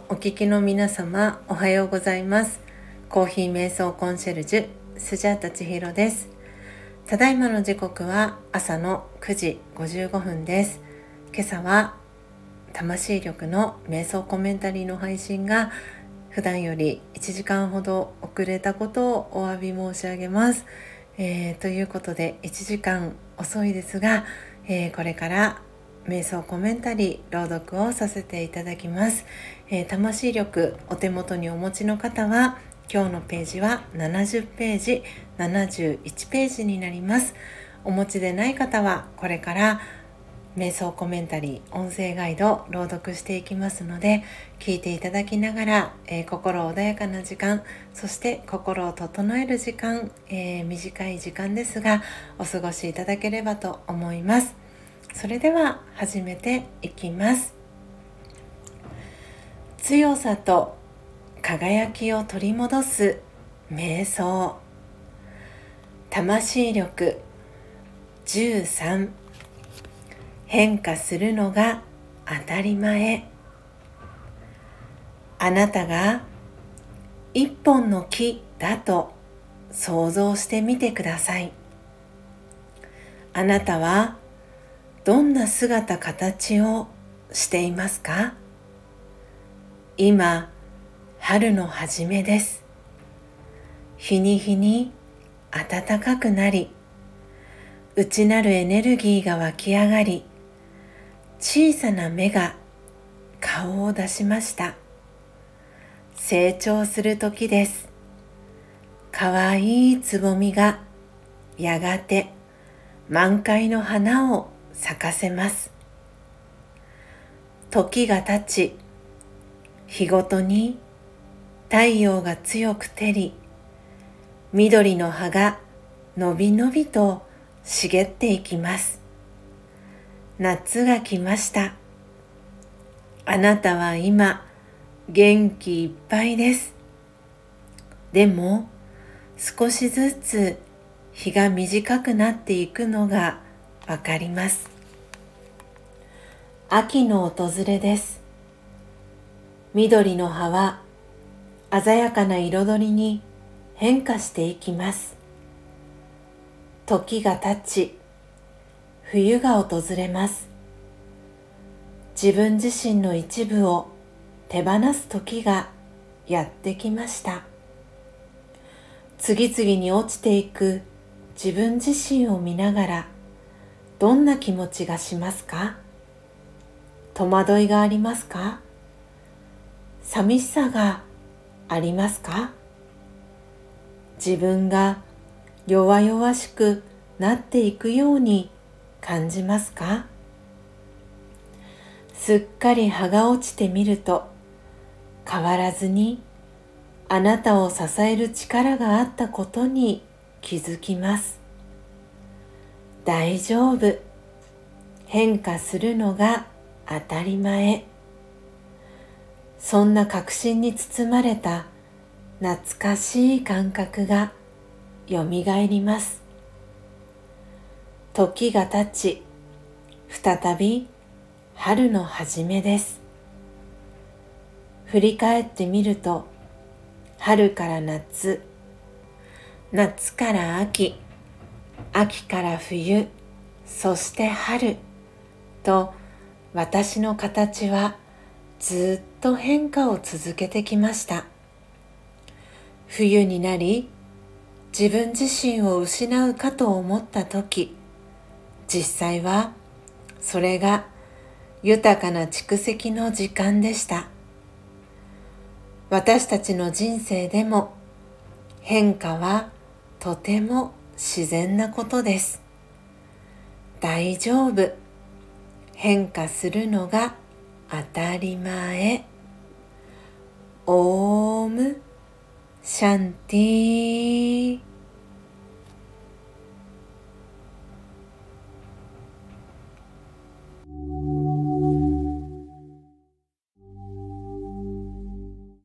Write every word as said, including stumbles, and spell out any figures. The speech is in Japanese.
お聞きの皆様、おはようございます。コーヒー瞑想コンシェルジュスジャータ千尋です。ただいまの時刻は朝のくじごじゅうごふんです。今朝は魂力の瞑想コメンタリーの配信が普段よりいちじかんほど遅れたことをお詫び申し上げます。えー、ということでいちじかん遅いですが、えー、これから瞑想コメンタリー朗読をさせていただきます。えー、魂力お手元にお持ちの方は今日のページはななじゅっページななじゅういちページになります。お持ちでない方はこれから瞑想コメンタリー音声ガイドを朗読していきますので、聞いていただきながら、えー、心穏やかな時間、そして心を整える時間、えー、短い時間ですがお過ごしいただければと思います。それでは始めていきます。強さと輝きを取り戻す瞑想。魂力じゅうさん。変化するのが当たり前。あなたが一本の木だと想像してみてください。あなたはどんな姿形をしていますか？今、春の初めです。日に日に暖かくなり、内なるエネルギーが湧き上がり、小さな芽が顔を出しました。成長する時です。かわいいつぼみがやがて満開の花を咲かせます。時が経ち、日ごとに太陽が強く照り、緑の葉がのびのびと茂っていきます。夏が来ました。あなたは今元気いっぱいです。でも少しずつ日が短くなっていくのがわかります。秋の訪れです。緑の葉は鮮やかな彩りに変化していきます。時が経ち、冬が訪れます。自分自身の一部を手放す時がやってきました。次々に落ちていく自分自身を見ながらどんな気持ちがしますか？戸惑いがありますか？寂しさがありますか？自分が弱々しくなっていくように感じますか？すっかり葉が落ちてみると、変わらずにあなたを支える力があったことに気づきます。大丈夫。変化するのが当たり前。そんな確信に包まれた懐かしい感覚がよみがえります。時が経ち、再び春の初めです。振り返ってみると、春から夏、夏から秋、秋から冬、そして春と私の形はずっと変化を続けてきました。冬になり、自分自身を失うかと思ったとき、実際はそれが豊かな蓄積の時間でした。私たちの人生でも変化はとても自然なことです。大丈夫。変化するのが当たり前。オームシャンティー。